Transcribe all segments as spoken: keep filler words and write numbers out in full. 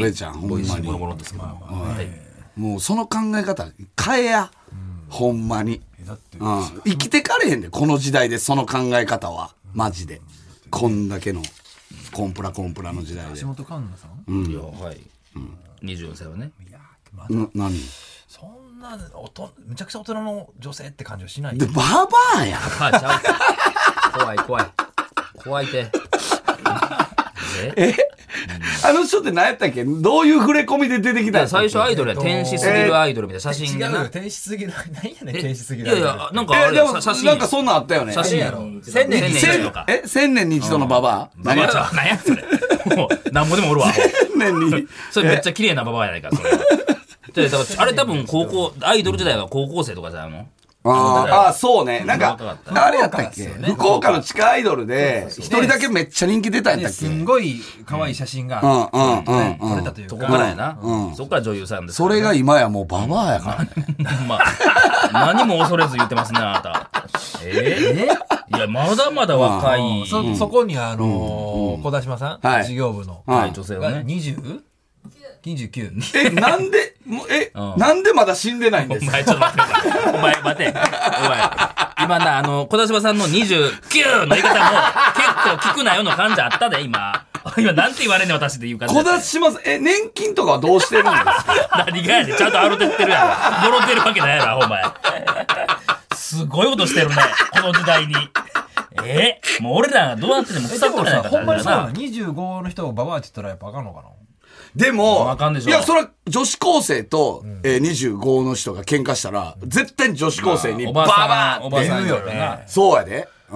べちゃんほんまにボロボロですけど、はい、 もうその考え方変えや、うん、ほんまにだって、うん、生きてかれへんでこの時代でその考え方はマジで、うん、こんだけのコンプラコンプラの時代で。 橋本環奈さん、 うん、いやはい、うん、にじゅうよんさいはね。いやまだ何そんなおとめちゃくちゃ大人の女性って感じはしないでババアやババアちゃう怖い怖い怖いてえあの人って何やったっけ、どういう触れ込みで出てきたんですか。 最初アイドルや天使すぎるアイドルみたいな写真がな、違うよ天使すぎる何やねん天使すぎるいやいやなんかあれでも写真なんかそんなんあったよね。 写真やろ千年に一度かえ千年に一度のババアババアちゃう何やそれもうなんぼでもおるわ千年にそれめっちゃ綺麗なババアやないかそれだからあれ多分高校アイドル時代は高校生とかじゃんのああそうね、なんかあれやったっけ、福岡の地下アイドルで一人だけめっちゃ人気出たんやったっけ。 すんごい可愛い写真が撮れたというか、 そこからやな、そこから女優さんです。 それが今やもうババアやからね。 まあ何も恐れず言ってますねあなた。えー、いやまだまだ若い。 そそこにあの小田島さん事業部の女性はねにじゅうにじゅうきゅうえ、なんで、え、うん、なんでまだ死んでないんですか。 お前ちょっと待ってください。お前待て。お前、今な、あの、小田島さんのにじゅうきゅうの言い方も結構聞くなよの感じあったで、今。今なんて言われんねん私って言う感じ。 小田島さん、え、年金とかはどうしてるんですか。 何がやねん、ちゃんとアルテってるやろ。ボロてるわけないやろ、お前。すごいことしてるね、この時代に。えもう俺らどうなってても腐っとるやないか。 ほんまにそうなのにじゅうごの人をババアって言ったらやっぱあかんのかな。 でも、 いや、それは女子高生と、うんえー、にじゅうごの人が喧嘩したら、うん、絶対に女子高生にババーって言うよね。そうやで。うん。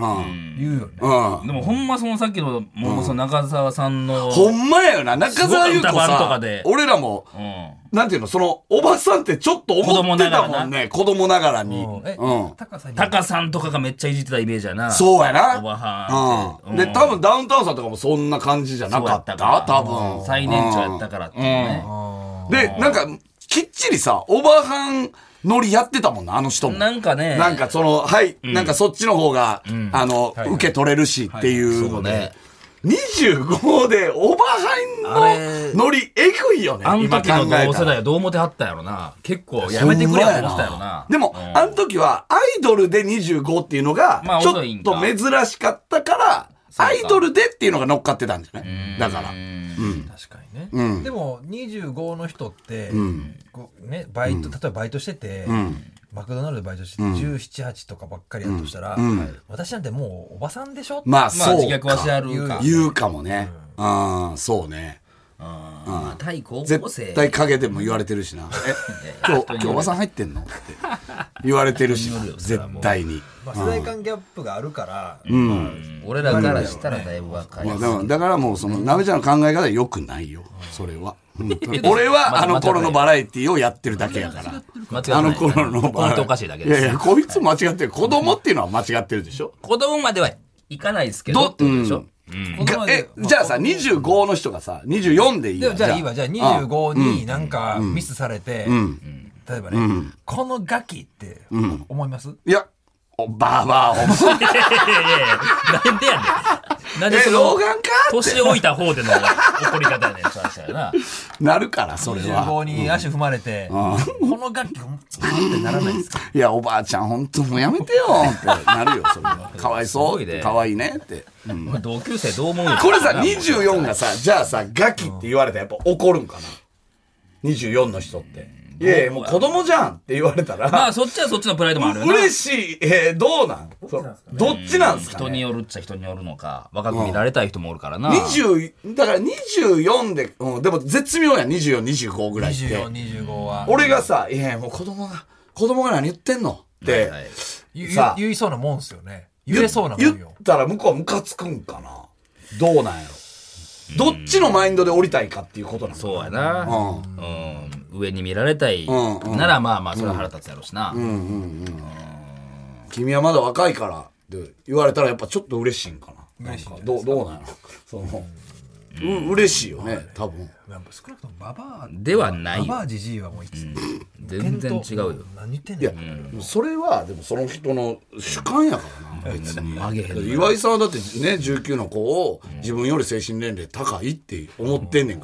言うよね。 うん。 でもほんまそのさっきの、もうその中澤さんの。 ほんまやよな、中澤優子さ、俺らも、うん、なんていうの、その、おばさんってちょっと思ってたもんね、子供ながらに。 うん。え、うん。 タカさんとかがめっちゃいじってたイメージやな。 そうやな。 おばはん。うん。で、多分ダウンタウンさんとかもそんな感じじゃなかった。多分。 最年長やったからってね。 で、なんか、きっちりさ、おばはんノリやってたもんな、あの人も。 なんかね。 なんかその、はい、なんかそっちの方が、あの、受け取れるしっていうので。にじゅうごでおばはんのノリえぐいよね。 あの時の同世代はどう思ってはったんやろな。結構やめてくれよと思ったやろな。 でも、あの時はアイドルでにじゅうごっていうのが、ちょっと珍しかったから、アイドルでっていうのが乗っかってたんじゃないだから。 確かにね。うん、でもにじゅうごの人って、うん、こうね、バイト、例えばバイトしてて、うん、マクドナルドでバイトしてて、うん、じゅうなな、はちとかばっかりやとしたら、うんはい、私なんてもうおばさんでしょ。 まあそうか。 自虐はしてあるか。 言うかもね。うん、ああ、そうね。 ああ、対高校生。 絶対影でも言われてるしな。え、今日、今日おばさん入ってんのって言われてるし、絶対に。 まあ、世代間ギャップがあるから、 うんまあ、俺らからしたらだいぶ若い。 まあ、だからだからもうそのなべちゃんの考え方は良くないよ。それは。俺はあの頃のバラエティをやってるだけやから。あの頃のバラエティ。 おかしいだけです。 いやいや、こいつ間違ってる。子供っていうのは間違ってるでしょ。 子供まではいかないですけどってことでしょ。 うん、え、じゃあさ、にじゅうごの人がさ、にじゅうよんでいいよ。 じゃあいいわ。じゃあにじゅうごになんかミスされて、うん、例えばね、うん、このガキって思います、うん、 いや、バーバー、 いやいやいや、なんでやねん。なんでその、老眼か年老いた方での怒り方やねん、そうしたらな。 なるから、それは。 にじゅうごに足踏まれて、うん、このガキ、ってならないですか。 いや、おばあちゃん、ほんともうやめてよってなるよ、それは。かわいそう。かわいいねって。 うん、同級生どう思うよ。 これさ、にじゅうよんがさ、じゃあさ、ガキって言われたらやっぱ怒るんかな。にじゅうよんの人って。いやいや、もう子供じゃんって言われたら。 まあ、そっちはそっちのプライドもあるよな。 嬉しい。えー、どうなんどっちなんすかね。 人によるっちゃ人によるのか。若く見られたい人もおるからな。 にじゅう、だからにじゅうよんで、うん、でも絶妙や、にじゅうよん、にじゅうごぐらいって。にじゅうよん、 にじゅうごは。 俺がさ、いやもう子供が、子供が何言ってんのって、はいはい、 言, 言いそうなもんすよね。言えそうなもんよ。 言ったら向こうはムカつくんかな。どうなんやろ。どっちのマインドで降りたいかっていうことなの。 そうやな。うん。うん上に見られたいならまあまあそれは腹立つやろしな。うんうんうん。 君はまだ若いからって言われたらやっぱちょっと嬉しいんかな。嬉しい。どうどうなの？そのう嬉しいよね多分。 やっぱ少なくともババアではない。 ババアジジイはもういつ全然違うよ。 何言ってんの？いやそれはでもその人の主観やからな別に。岩井さんはだってねじゅうきゅうの子を自分より精神年齢高いって思ってんねんから。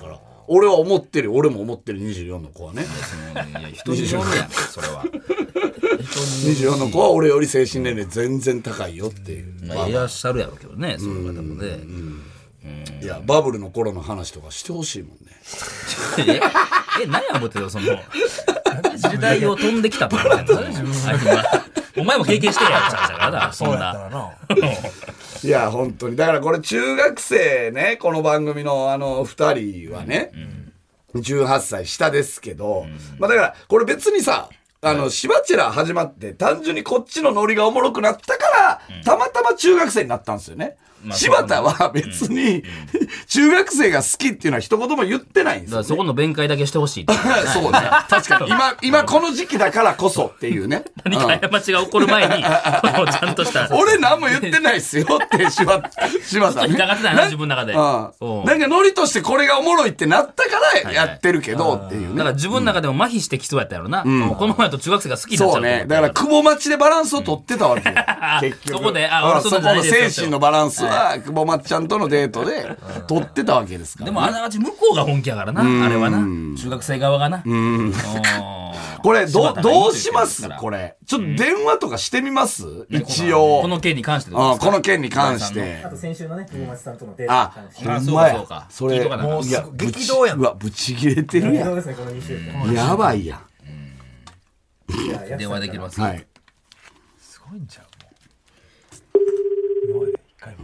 俺は思ってる。俺も思ってるにじゅうよんの子はね。 いや、人によるやん、それは。 にじゅうよんの子は俺より精神年齢全然高いよっていう。 まあ、いらっしゃるやろうけどね、そういう方もね。 いや、バブルの頃の話とかしてほしいもんね。 え、え、何や思ってるその、時代を飛んできたとかやつ。お前も経験してやっちゃうからな、そんな。 いや、本当に。だからこれ中学生ね、この番組のあの二人はね、じゅうはっさい下ですけど、まあだからこれ別にさ、あの、シバチェラー始まって単純にこっちのノリがおもろくなったから、たまたま中学生になったんですよね。柴田は別に、中学生が好きっていうのは一言も言ってないんですよ、ね。 だからそこの弁解だけしてほしいそうね。確かに。今、今この時期だからこそっていうね。 何か過ちが起こる前に、ちゃんとした。 俺何も言ってないっすよって柴田、柴田、ね。 引っかかってないな、自分の中で。 なんかノリとしてこれがおもろいってなったからやってるけどっていうね。 だから自分の中でも麻痺してきそうやったやろな。この前と中学生が好きになっちゃう。 そうね。だから久保町でバランスを取ってたわけよ。結局。 そこで、あ、俺そこの精神のバランスは久保町ちゃんとのデートで撮ってたわけですから、 ね、でもあながち向こうが本気やからな、あれはな、中学生側がな。 これどどうしますこれちょっと電話とかしてみます、うん、一応この件に関してあこの件に関してあと先週のね友達さんとのデートに関してあほんまやそれもう激動やん。 うわぶち切れてるやん、 ですね、このにしゅうかんやばいやん、 うん、電話できますはいすごいんちゃうもう今まで一回も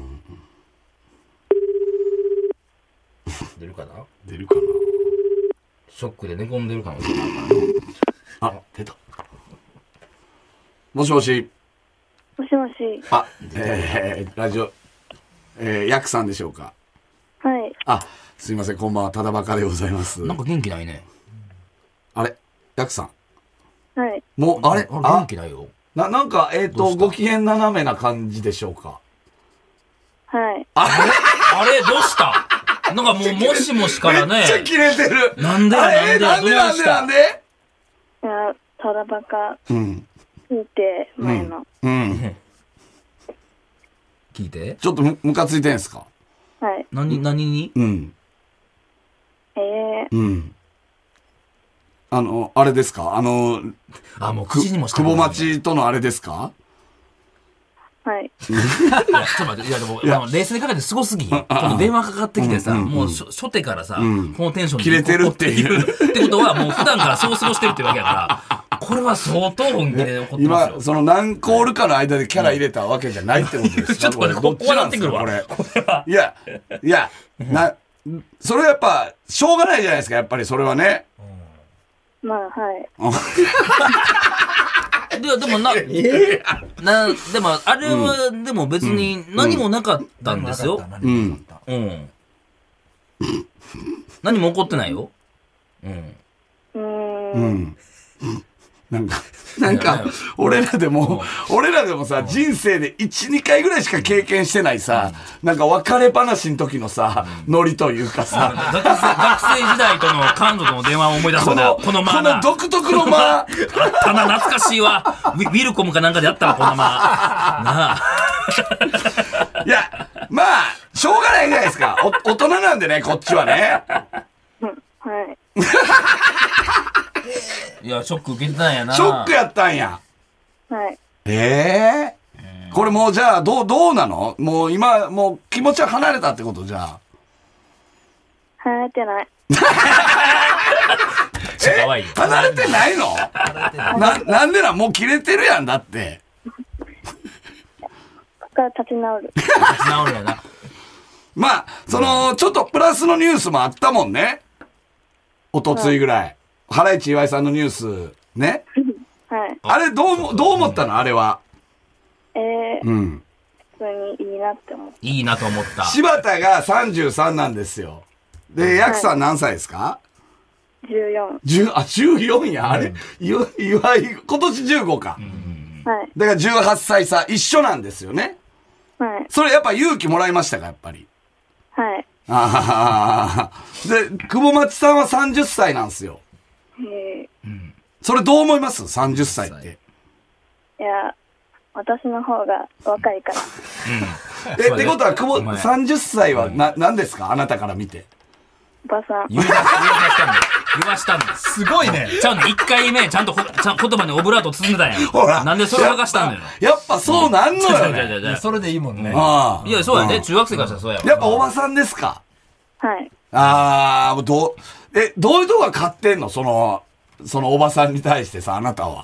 出るかな出るかなショックで寝込んでるかもしれないからあ、出た。もしもし。 もしもし。 あ、えー、ラジオ、えー、ヤクさんでしょうか。 はい。 あ、すいません、こんばんは、ただバカでございます。 なんか元気ないね。 あれヤクさん。 はい。 もう、あれあ元気ないよ。 な、なんか、えっ、ー、と、ご機嫌斜めな感じでしょうか。 はい。 あれあれどうしたなんかもう、もしもしからね。 めっちゃキレてる。 なんでなんでなんでなんでなんでいや、ただバカ。 うん。 聞いて、前の。 うん。うん、 聞いて。 ちょっとむ、ムカついてんすかはい。 何、何にうん。 ええー。うん。あの、あれですかあの、 あ、もう口にもした久保町とのあれですかはい。 いや、ちょっと待って、いやでも、あの冷静にかけてすごすぎん。この電話かかってきてさ、 うんうんうん、 もう初手からさ、 うん、 このテンションで切れてるっていう。 ってことは、もう普段からそう過ごしてるってわけやから、これは相当本気で怒ってますよ。 今、その何コールかの間でキャラ入れたわけじゃないってことですか、 ちょっと待って、ここ笑ってくるわ。 これ。いや、いや、な、それはやっぱ、しょうがないじゃないですか、やっぱりそれはね。 まあ、はい。 ででもな、な、でも、あれは、でも別に何もなかったんですよ。 うん。 うん。何も起こってないよ。うん。 うーん。 うん。なんか、なんか、俺らでも、俺らでもさ、人生でいち、にかいぐらいしか経験してないさ、なんか別れ話の時のさ、ノリというかさ、 学生、学生時代との彼女との電話を思い出すな、この間。 この独特の間。 あったな、懐かしいわ。ウィルコムかなんかでやったわ、この間。なあ。 いや、まあ、しょうがないじゃないですか。お、大人なんでね、こっちはね。 はい。 いや、ショック受けてたんやな。 ショックやったんや。 はい。 ええー、これもうじゃあ、どう、どうなのもう今、もう気持ちは離れたってことじゃあ。 離れてない。 かわいい。 離れてないのな、なんでな、もう切れてるやんだって。 ここから立ち直る。 立ち直るやな。 まあ、その、ちょっとプラスのニュースもあったもんね。おとついぐらい。ハライチ岩井さんのニュース、ね。 はい。 あれ、どう、どう思ったのあれは。 ええー。 うん。 普通にいいなって思った。 いいなと思った。 柴田がさんじゅうさんなんですよ。で、ヤクさん何歳ですかじゅうよん。 じゅう、あ、じゅうよんや。あれ、岩井、今年じゅうごか。 はい。 だからじゅうはっさい差、一緒なんですよね。 はい。 それやっぱ勇気もらいましたか、やっぱり。 はい。 ああ。で、久保町さんはさんじゅっさいなんですよ。 へえ。 それどう思います ?さんじゅっさいって。 いや、私の方が若いから。 え、ってことは、久保、さんじゅっさいはな、何ですかあなたから見て。 ばさん。 言わしたんだよ。言わしたんだよ。 すごいね。 ちゃうね、一回目、ちゃんとこ、ちゃん言葉にオブラート包んでたんやん。 ほらなんでそれをかしたんだよ。 やっぱそうなんのよね。 いやいやいやいやそれでいいもんね。 ああいや、そうやね。中学生からしたらそうやわ。 やっぱおばさんですか？ はい。 ああ、もうどう、え、どういうとこが買ってんのその、そのおばさんに対してさ、あなたは。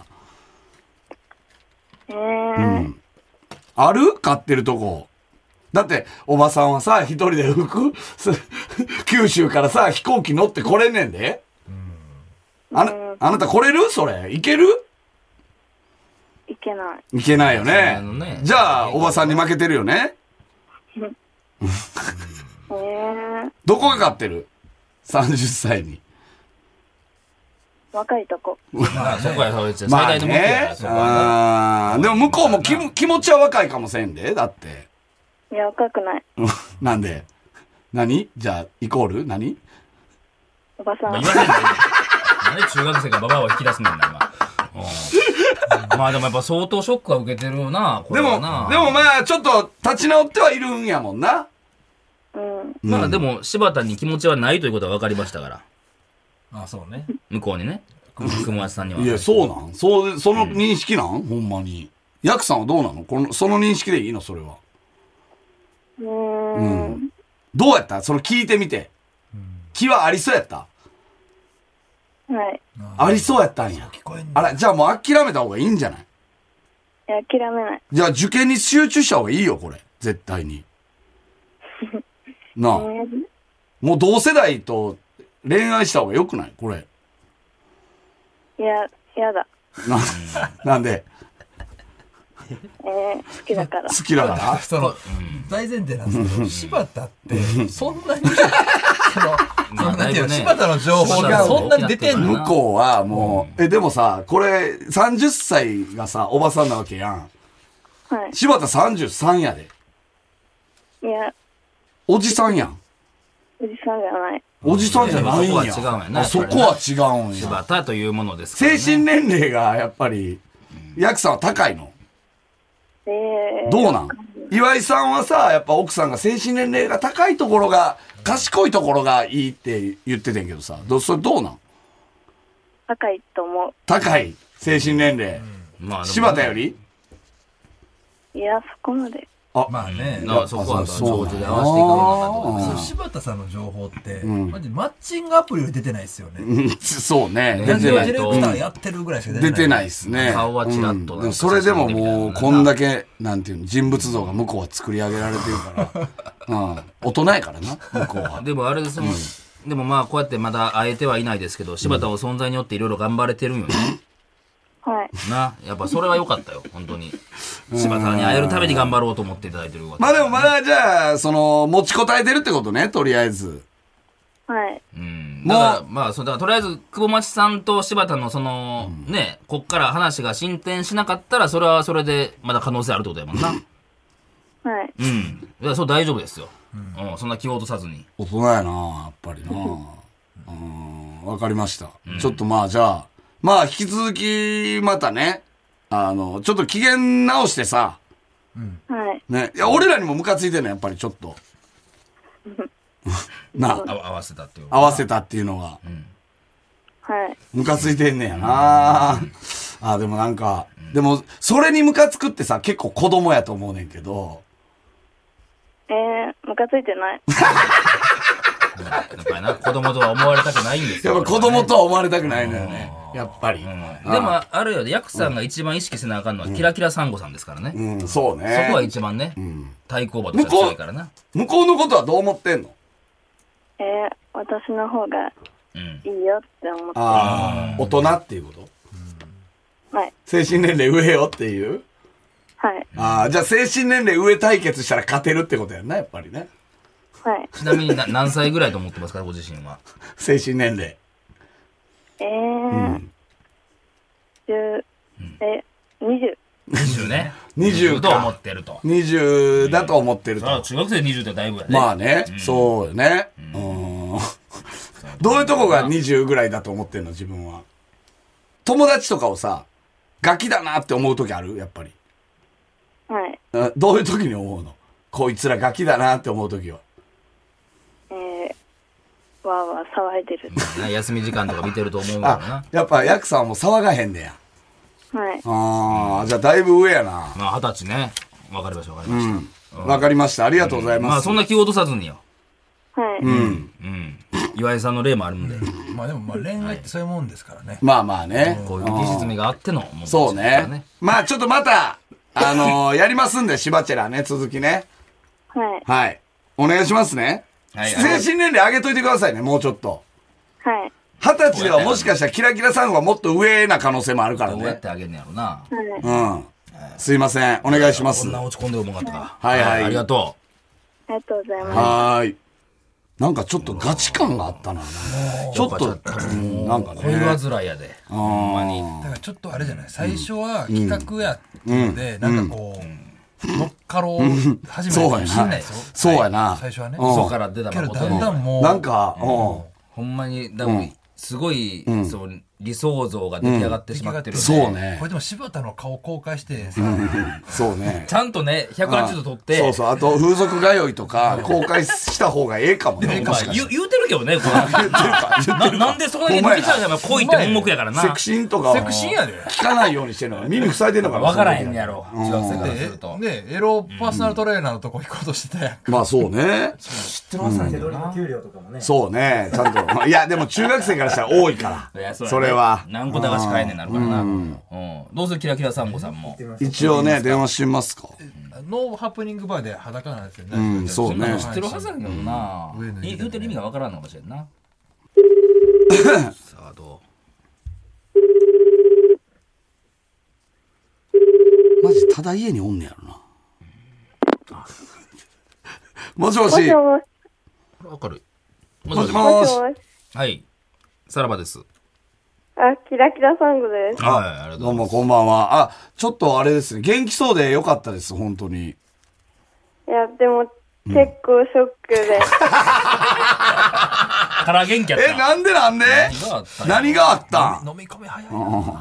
えー、 ある買ってるとこ。だって、おばさんはさ、一人で服、す九州からさ、飛行機乗って来れんねんで。あな、あなた来れるそれ。いける？ いけない。 いけないよね。 あのねじゃあ、おばさんに負けてるよね。 えー、 どこが買ってる ?さんじゅっさいに。 若いとこ。 まあ、そこや、それ最まあ大の目標やね。 そこはあーでも向こうも気も気持ちは若いかもせんで。だって。 いや、若くない。 なんで何じゃあ、イコール何おばさん。 まあ言わないんだよ。なんで中学生がババアを引き出すねんな、今。うんまあでもやっぱ相当ショックは受けてるな、こでも、 れはな。 でもまあ、ちょっと立ち直ってはいるんやもんな。 うん。 まあでも、柴田に気持ちはないということは分かりましたから。 あ、そうね。 向こうにね。熊松さんには。 いや、そうなんそう、その認識なん、ほんまに。ヤクさんはどうなのこの、その認識でいいのそれは。 うーん。 どうやったその聞いてみて。気はありそうやったはい。 ありそうやったんや。 聞こえんだ。 あら、じゃあもう諦めた方がいいんじゃないいや、諦めない。 じゃあ受験に集中した方がいいよ、これ。絶対に。なあ。 えー、 もう同世代と恋愛した方が良くないこれ。 いや、やだ。 な、なんでえー、好きだから。 好きだからその、大前提なんですけど、柴田って、そんなに、その、そのなんていうの、柴田の情報がそんなに出てんの？ 向こうはもう、え、でもさ、これ、さんじゅっさいがさ、おばさんなわけやん。 はい。 柴田さんじゅうさんやで。 いや、 おじさんやん。 おじさんじゃない。 おじさんじゃないんや。 いやそこは違うんやなあそこは違うんや。 柴田というものですからね。 精神年齢がやっぱり、ヤクさんは高いの。 えー、 どうなん岩井さんはさ、やっぱ奥さんが精神年齢が高いところが、賢いところがいいって言っててんけどさ、どそれどうなん高いと思高い精神年齢。 まあでも柴田よりう。いや、そこまで。 まあね。 なあそこはそう上手で合わせていくのかとうんその柴田さんの情報って、マジマッチングアプリより出てないですよね。 うんそうね。 ねラジオ出てないディレクターやってるぐらいしか出てない。 出てないですね。 顔はチラッとうんなんかでもそれでももう、こん写だけ、なんていうの、人物像が向こうは作り上げられてるから、うん。大人やからな、向こうは。 でもあれその、でもまあこうやってまだ会えてはいないですけど、柴田の存在によっていろいろ頑張れてるんよね。 はい。 な。やっぱそれは良かったよ、本当に。柴田に会えるために頑張ろうと思っていただいてるわけ。 まあでもまだじゃあ、その、持ちこたえてるってことね、とりあえず。 はい。 うん。だから、まあ、そう、だからとりあえず、久保町さんと柴田のその、ね、こっから話が進展しなかったら、それはそれで、まだ可能性あるってことやもんな。 はい。 うん。いや、そう大丈夫ですよ。うん、そんな気を落とさずに。 大人やな、やっぱりな。うん、わかりました。ちょっとまあじゃあ、まあ引き続き、またね、あの、ちょっと機嫌直してさ、 はい。 ね、いや、俺らにもムカついてんの、やっぱりちょっと。なあ、 あ合わせたっていう。 合わせたっていうのが。 はい。 ムカついてんねやな。あ、でもなんか、でも、それにムカつくってさ、結構子供やと思うねんけど、 えー、ムカついてない。 やっぱりな、子供とは思われたくないんですよ。 やっぱ子供とは思われたくないのよね。やっぱり。 うんでも、あるよ、ヤクさんが一番意識せなあかんのは、キラキラサンゴさんですからね。 うん、そうね。 そこは一番ね、対抗馬としては強いからな。 向こうのことはどう思ってんのえー、私の方がうん。 いいよって思って。 ああ、大人っていうことはい。 精神年齢上よっていうはい。 ああ、じゃあ精神年齢上対決したら勝てるってことやんな、やっぱりね。 はい。 ちなみにな何歳ぐらいと思ってますか、ご自身は。 精神年齢。 えー、十、え、二十。 にじゅうね。 にじゅうかと思ってると。 にじゅうだと思ってると。 そら中学生でにじゅうってだいぶやね。 まあね、そうよね。うん。どういうとこがにじゅうぐらいだと思ってんの、自分は。友達とかをさ、ガキだなって思う時あるやっぱり。 はい。 あどういう時に思うのこいつらガキだなって思う時は。 えー、 わーわー騒いでる。 ね休み時間とか見てると思うからなあ。やっぱヤクさんはもう騒がへんねや。 はい。 ああ、じゃあだいぶ上やな。 まあ二十歳ね。わかりましたわかりました。 わかりました。ありがとうございます。 まあそんな気を落とさずによ。 はい。 うん。 うん。岩井さんの例もあるんで。 まあでもまあ恋愛ってそういうもんですからね。 まあまあね。 こういう技術味があってのものですそうからね。まあちょっとまた、あのーやりますんで、しばチェラね、続きね。 はい。 はい。お願いしますね。 はい精神年齢上げといてくださいね、もうちょっと。 はい。 二十歳ではもしかしたらキラキラさんはもっと上な可能性もあるからね。 どうやってあげんねやろな。 はい。 うん。すいません。お願いします。 こんなは落ち込んでるもんかったか。 はいはいありがとありがとうございます。 ーい。なんかちょっとガチ感があったな。ちょっと、うんなんかう。 ね。 恋煩いやで。ほんまに。 だからちょっとあれじゃない最初は企画やっていうので、なんかこう、乗っかろう始めたかもしれないですよ。 そうやな。 最初はね。 うん嘘から出たけどだ誠やんだんもう、 なんか、うん。 ほんまに、だからすごい、そう、理想像が出来上がってしまってるんで。 そうねこれでも柴田の顔公開してさ、 そうねち。ゃんとね、ひゃくはちじゅうど撮って。 そうそう。あと、風俗通いとか、公開した方がええかもね。 まあ言う言うてるけどね、こ言ってるか。言ってるか。 ななんでそこだけ抜けちゃうじゃん。恋って本目やからな。 セクシンとかはセクシーやで。 聞かないようにしてるのが耳塞いでんのかな。 わからへんねやろ。中学生からすでると。 で、エロパーソナルトレーナーのとこ行こうとしてたやん。 まあそうね。 知ってますね。 手取りの給料とかもね。 そうね。ちゃんと。まあいや、でも中学生からしたら多いから。 いやうやねそれは。 何個だかしかえねんなるからな。うん。どうするキラキラサンゴさんも。 一応ね、電話してみますか。 ノーハプニングバーで裸なんですよね。 うんそうねそんなの知ってるはずだけどな。 上のい言うてる意味がわからんのかもしれんな。さあ、どマジ、ただ家におんねやろな。もしもし。 もしもし。 う明るい。ももしももし。 しもし。 はい。さらばです。 あ、キラキラサンゴです。 はい、ありがとうどうもこんばんは。あ、ちょっとあれですね。元気そうでよかったです、本当に。 いや、でも、結構ショックで。 から元気やった。 え、なんでなんで何があったん飲み込み早いな。 なんか、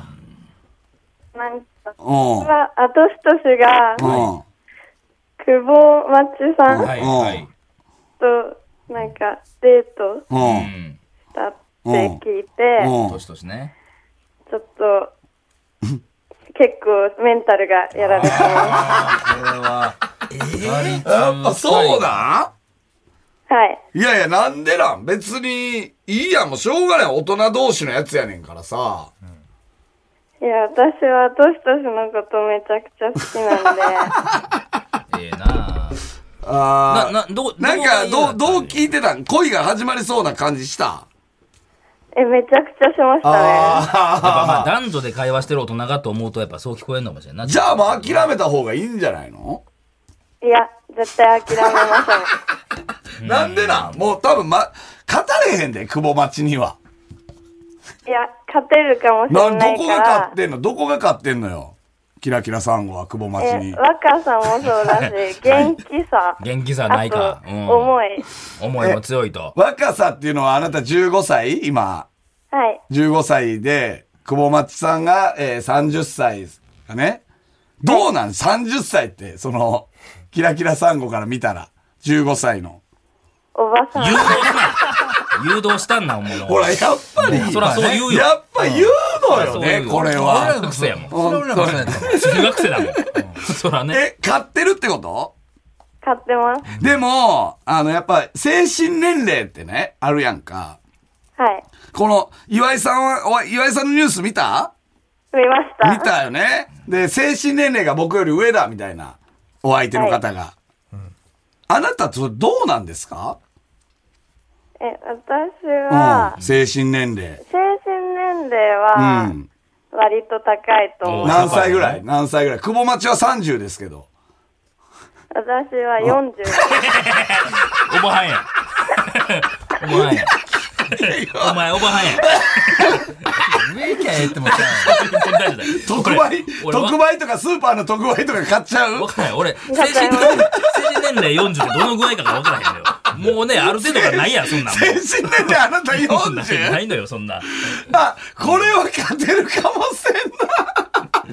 うん。 は、あとしとしが、 うん。 久保町さんはい、はい。 と、なんか、デートう。 うんん。 したって聞いて、 うん。 年々ね。 ちょっと、結構メンタルがやられてます。 これは、えぇやっぱそうだはい。 いやいや、なんでなん別に、いいやん、もうしょうがない。大人同士のやつやねんからさ。 いや、私はとしとしのことめちゃくちゃ好きなんで、 ええなあーな、な、どう、 なんか、どう、どうう聞いてたん恋が始まりそうな感じしたえ、めちゃくちゃしましたね。 やっぱまああ男女で会話してる大人がと思うとやっぱそう聞こえんのかもしれんな。 あ。じゃあもう諦めた方がいいんじゃないのいや、絶対諦めません。 なんでなんもう多分ま、勝たれへんで、久保町には。 いや、勝てるかもしな、どれないこがから勝っ。てんのどこが勝ってんのよ。キラキラサンゴは久保町え、 に。 若さもそうだし、元気さ。 元気さないかあ。とうん。 重い。 思いも強いと。 若さっていうのはあなたじゅうごさい今。 はい。 じゅうごさいで、久保町さんが、えー、さんじゅっさいがね。どうなん ?さんじゅっさいって、その、キラキラサンゴから見たら、じゅうごさいの。 おばさん。 誘導すな。誘導したんな、お前の。 ほら、やっぱり、 そらそう言うよ。 やっぱ言うのよね、 うんこれ俺らは。 の学生やもん。 それは俺らもそうやったもん。 中学生だもん。そらね。 え、買ってるってこと買ってます。 でも、あの、やっぱ、精神年齢ってね、あるやんか。 はい。 この、岩井さんは、おい岩井さんのニュース見た見ました。 見たよね。で、精神年齢が僕より上だ、みたいな、お相手の方が。あなたとどうなんですかえ、私はうん。、精神年齢。 精神年齢うは、 ん。 割と高いと思う。 何歳ぐらい何歳ぐらい久保町はさんじゅうですけど。 私はよんじゅう。 おばはんや。おばはんや。お前、おばはんや。 上行きゃええって思っちゃ特売特売とかスーパーの特売とか買っちゃうわからない。俺、精神年齢、精神年齢よんじゅうってどの具合かがわからへんのよ。もうね、ある程度がないやん、そんなん。もう精神年齢あなた よんじゅう? ないのよ、そんな。 あ、これは勝てるかもしれん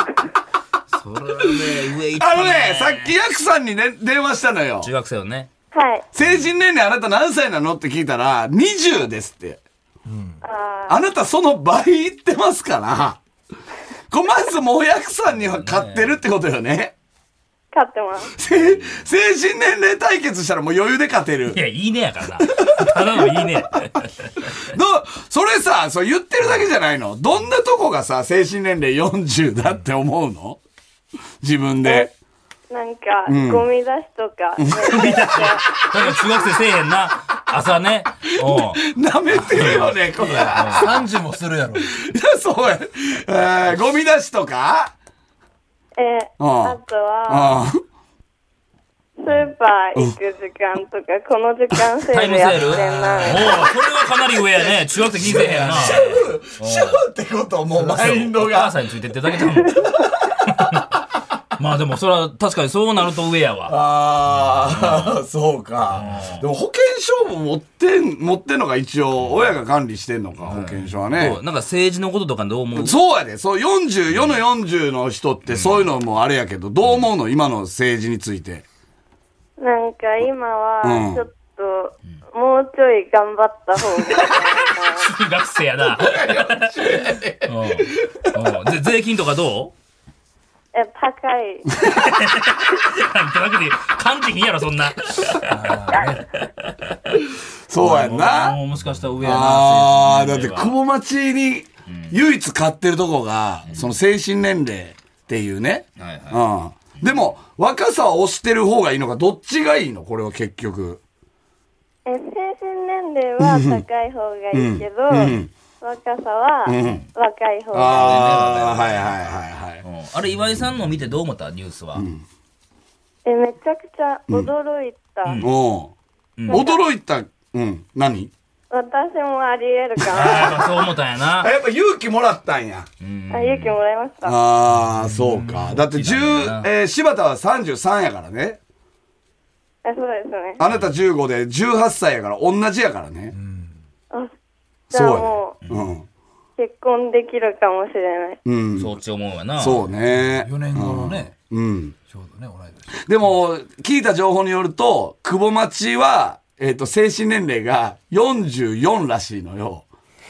な。 それはね、上行ったあのね、さっきヤクさんにね、電話したのよ。 中学生のね。 はい。 成人年齢あなた何歳なのって聞いたら、にじゅうですって。 ああなたその倍いってますから、これまずもうお客さんには勝ってるってことよね。 勝ってます。 成成人年齢対決したらもう余裕で勝てる。 いや、いいねやからな。ただのいいね。 どそれさ、そう言ってるだけじゃないの？どんなとこがさ、精神年齢よんじゅうだって思うの？自分で。 なんか、ゴミ出しとか。ゴミ出し。 だから中学生せえへんな。朝ね。おう。 舐めてるよね、これ。 さんじゅうもするやろ。 いや、そうや。えー、ゴミ出しとかえー、あとは、スーパー行く時間とか、この時間セールやってんな。おう、それはかなり上やね。中学生気にせえへんな。 シェフ、シェフってこともうマインドが。 お母さんについてってだけだもん。まあでもそれは確かにそうなると上やわ。 ああ、うん、そうか。でも保険証も持ってん、持ってんのが一応親が管理してんのか、保険証はね。 なんか政治のこととかどう思う？ そうやで。そう、よんじゅう、世のよんじゅうの人ってそういうのもあれやけど、どう思うの？今の政治について。 なんか今は、ちょっと、もうちょい頑張った方がいいかな。 中学生やな。うん。で、税金とかどう？ え、高い。 なんとなくで感じひんやろ、そんな。 そうやんな。 もうもしかしたら上やな。 ああ、だって久保町に唯一買ってるとこが、その精神年齢っていうね。はいはい。うん。でも、若さは押してる方がいいのか、どっちがいいの？これは結局。 え、精神年齢は高い方がいいけど、うんうん、若さは若い方がいい、ね。 ああ、はいはいはいはい。 うん、あれ、岩井さんの見てどう思ったニュースは、うん、 え、めちゃくちゃ驚いた。うんうん、驚いた、うん、何？ 私もあり得るかな。 ああ、そう思ったんやな。 やっぱ勇気もらったんや。 うん、あ、勇気もらいました。 ああ、そうか。だってじゅう、えー、柴田はさんじゅうさんやからね。 あ、そうですね。 あなたじゅうごでじゅうはっさいやから同じやからね。うん、 あ、じゃあもう、うん、結婚できるかもしれない。 うん。そっち思うわな。 そうね。 よねんごのね。 うん。 ちょうどね、同い年。 でも、聞いた情報によると、久保町は、えっと、精神年齢がよんじゅうよんらしいのよ。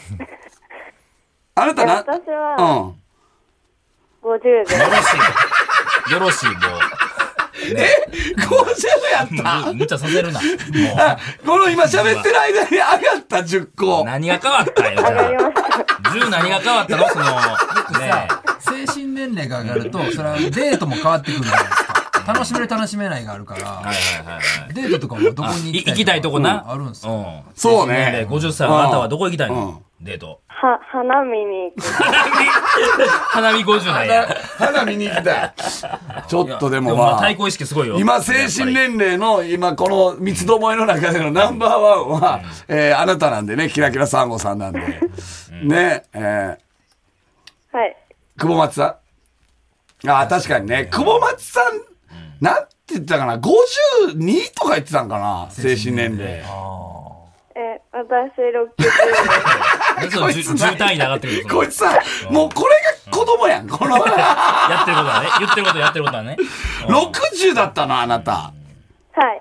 あなたな、 私は、うん。ごじゅうで。 よろしい。よろしい、もう。 ね、えごじゅうやったむちゃさせるな。もうこの今喋ってる間に上がったじゅっこ。 何が変わったよ、じゃあ。じゅう何が変わったのその、ね精神年齢が上がると、それはデートも変わってくるじゃないですか。楽しめる楽しめないがあるから、はいはいはい、デートとかもどこに行きたいとか行きたいとこな、 うん、あるんですよ、うん、 そうね。 ごじゅっさいのあなたはどこ行きたいの、うん、デート。 は、花見に行く。 花見ごじゅうなんや。 花見に行きたい。ちょっとでもまあ。 対抗意識すごいよ。 今、精神年齢の、今この三つどもえの中でのナンバーワンは、うん、えー、あなたなんでね、キラキラサンゴさんなんで。うん、ね、えー、はい。 久保松さん。ああ、確かにね。久保松さん、なんて言ったかな ?ごじゅうに とか言ってたんかな精神年齢。 え、私ろくじゅう。 こいつじゅう単位で上がってくる。 こいつさ、もうこれが子供やん、この。やってることはね。言ってることやってることはね。 ろくじゅうだったのあなた。 はい。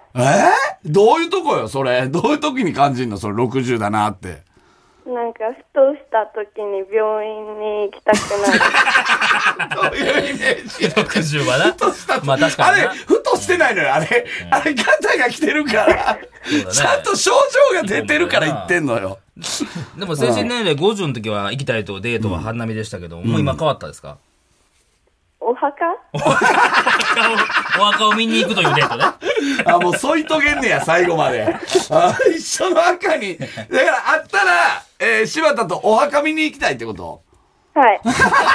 えー、どういうとこよ、それ。どういう時に感じんのそれろくじゅうだなって。 なんか、ふとした時に病院に行きたくなる。 どういうイメージろくじゅうはな。ふとしたまあ確かにな。 あれ、ふとしてないのよ、あれ。うん、あれ、肩が来てるから、ね。ちゃんと症状が出てるから言ってんのよ。 でも、精神年齢ごじゅうの時は行きたいとデートは花見でしたけど、うん、もう今変わったですか？ お墓お墓を、お墓を見に行くというデートね。 あ、もう添い遂げんねや、最後まで。あ、一緒の墓に。だから、あったら、えー、柴田とお墓見に行きたいってこと？ はい。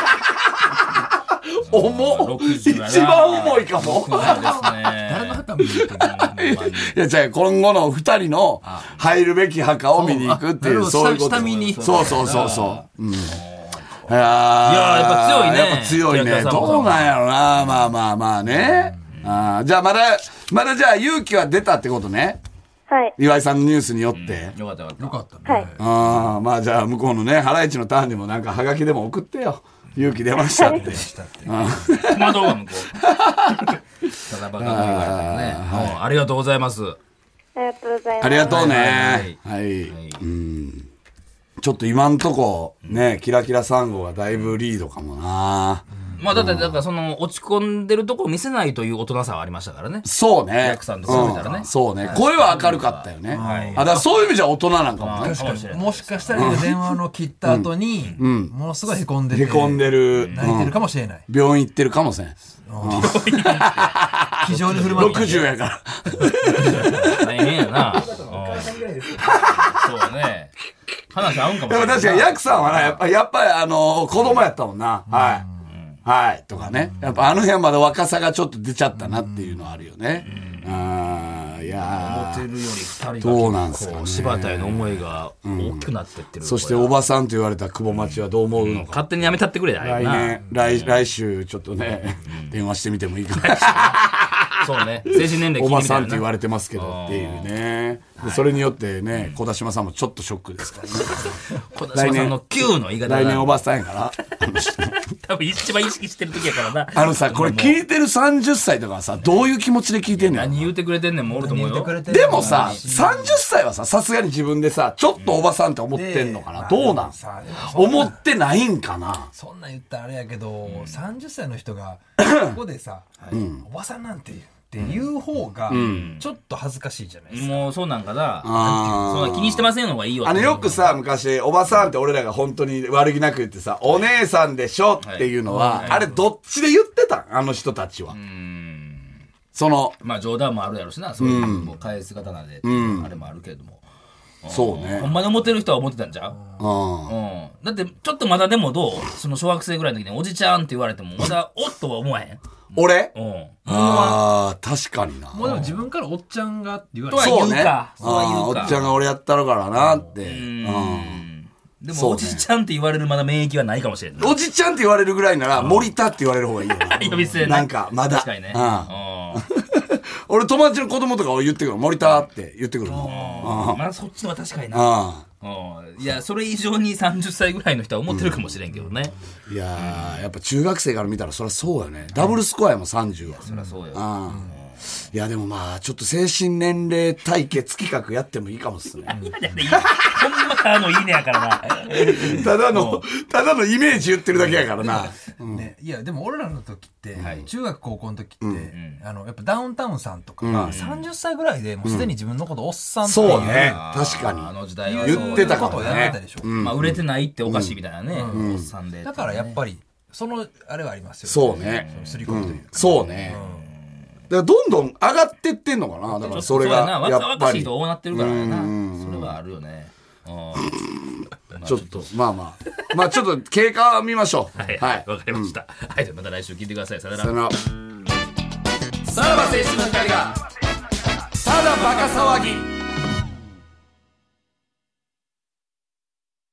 重っ。一番重いかも。 誰の墓見に行くの？ いや、じゃあ今後の二人の入るべき墓を見に行くっていう、そういうこと。 下見に。 そうそうそうそう。うん。いやー、 やっぱ強いね。 やっぱ強いね。どうなんやろな。まあまあまあね。あじゃあまだ、まだじゃあ勇気は出たってことね。 はい。 岩井さんのニュースによって。 よかったよかった。 よかったね。 はい。 ああ、まあじゃあ向こうのね、ハライチのターンにもなんかハガキでも送ってよ。勇気出ましたって。 戸惑うわ、向こう。ただバカな言われたらね。ありがとうございます。 ありがとうございます。 ありがとうね。 はい。 はい。うん。ちょっと今んとこ、ね、キラキラサンゴがだいぶリードかもな。 まあだって、だからその、落ち込んでるとこを見せないという大人さはありましたからね。 そうね。 ヤクさんと比べたらね。 そうね。声は明るかったよね。 はいあ、だからそういう意味じゃ大人なんかもね。 確かにもしかしたら電話の切った後に、ものすごいへこんでてへこんでる。 泣いてるかもしれない。 病院行ってるかもしれん。 非常に振る舞ってろくじゅうやから。 大変やな。そうね。話合うんかもしれない。 でも確かにヤクさんはな、やっぱり、やっぱりあの、子供やったもんな。はい。はい。とかね。やっぱあの辺はまだ若さがちょっと出ちゃったなっていうのはあるよね。ああ、いや思ってるより二人どうながんすかね結構柴田への思いが大きくなってってる。 そしておばさんと言われた久保町はどう思うのか。 勝手にやめたってくれや来年、来、来週ちょっとね、電話してみてもいいかな。 そうね。精神年齢聞いてみたいな。 おばさんって言われてますけどっていうね。でそれによってね、小田島さんもちょっとショックですからね。 小田島さんのきゅうの言い方が来年おばさんやから。 多分一番意識してる時やからな。 あのさ、これ聞いてるさんじゅっさいとかはさ、どういう気持ちで聞いてんのよ。 何言うてくれてんねんもおると思うよ。 でもさ、さんじゅっさいはさ、さすがに自分でさ、ちょっとおばさんって思ってんのかな。どうなん思ってないんかな。 そんなん言ったらあれやけど、さんじゅっさいの人がここでさ、おばさんなんてっていう方がちょっと恥ずかしいじゃないですか。 もうそうなんかな。そんな気にしてませんの方がいいよ。 あのよくさ、昔おばさんって俺らが本当に悪気なく言ってさ、お姉さんでしょっていうのは、あれどっちで言ってたんあの人たちは。そのまあ冗談もあるやろしな、そういうもう返す方なんで、あれもあるけれども。 そうね。 ほんまに思ってる人は思ってたんじゃん。うん。だってちょっとまだでもどうその小学生ぐらいの時におじちゃんって言われてもまだおっとは思わへん。 俺うん。 ああ、確かにな。 もうでも自分からおっちゃんがって言われとては言うか。そうは言うか。 おっちゃんが俺やったるからなって。 うんでもおじちゃんって言われるまだ免疫はないかもしれんない。 おじちゃんって言われるぐらいなら森田って言われる方がいいよな。 呼び捨てなんかまだ。 確かにね。 俺友達の子供とかを言ってくる森田って言ってくるの。 まだそっちのは確かにな。いやそれ以上にさんじゅっさいぐらいの人は思ってるかもしれんけどね。 いやーやっぱ中学生から見たらそりゃそうよね。ダブルスコアやもんさんじゅうは。 そりゃそうよ。 いやでもまあちょっと精神年齢対決企画やってもいいかもっすね。 ほんまからのいいねやからな。 ただのただのイメージ言ってるだけやからな。 ね、いやでも俺らの時って、中学高校の時って、あのやっぱダウンタウンさんとかがさんじゅっさいぐらいでもうすでに自分のことおっさんっていう、 そうね確かにあの時代は言ってたかことをらねやってたでしょ。 まあ売れてないっておかしいみたいなね、おっさんで。 だからやっぱりそのあれはありますよね。 そうね。 すり込みというか。 そうね。だからどんどん上がってってんのかな。だからそれがやっぱり若しいと大なってるからな。それはあるよね。 ちょっとまあまあまあちょっと経過見ましょう。 はいはいわかりました。はい、また来週聞いてください。さよなら。 さよなら。さらば青春の光がただバカ騒ぎ。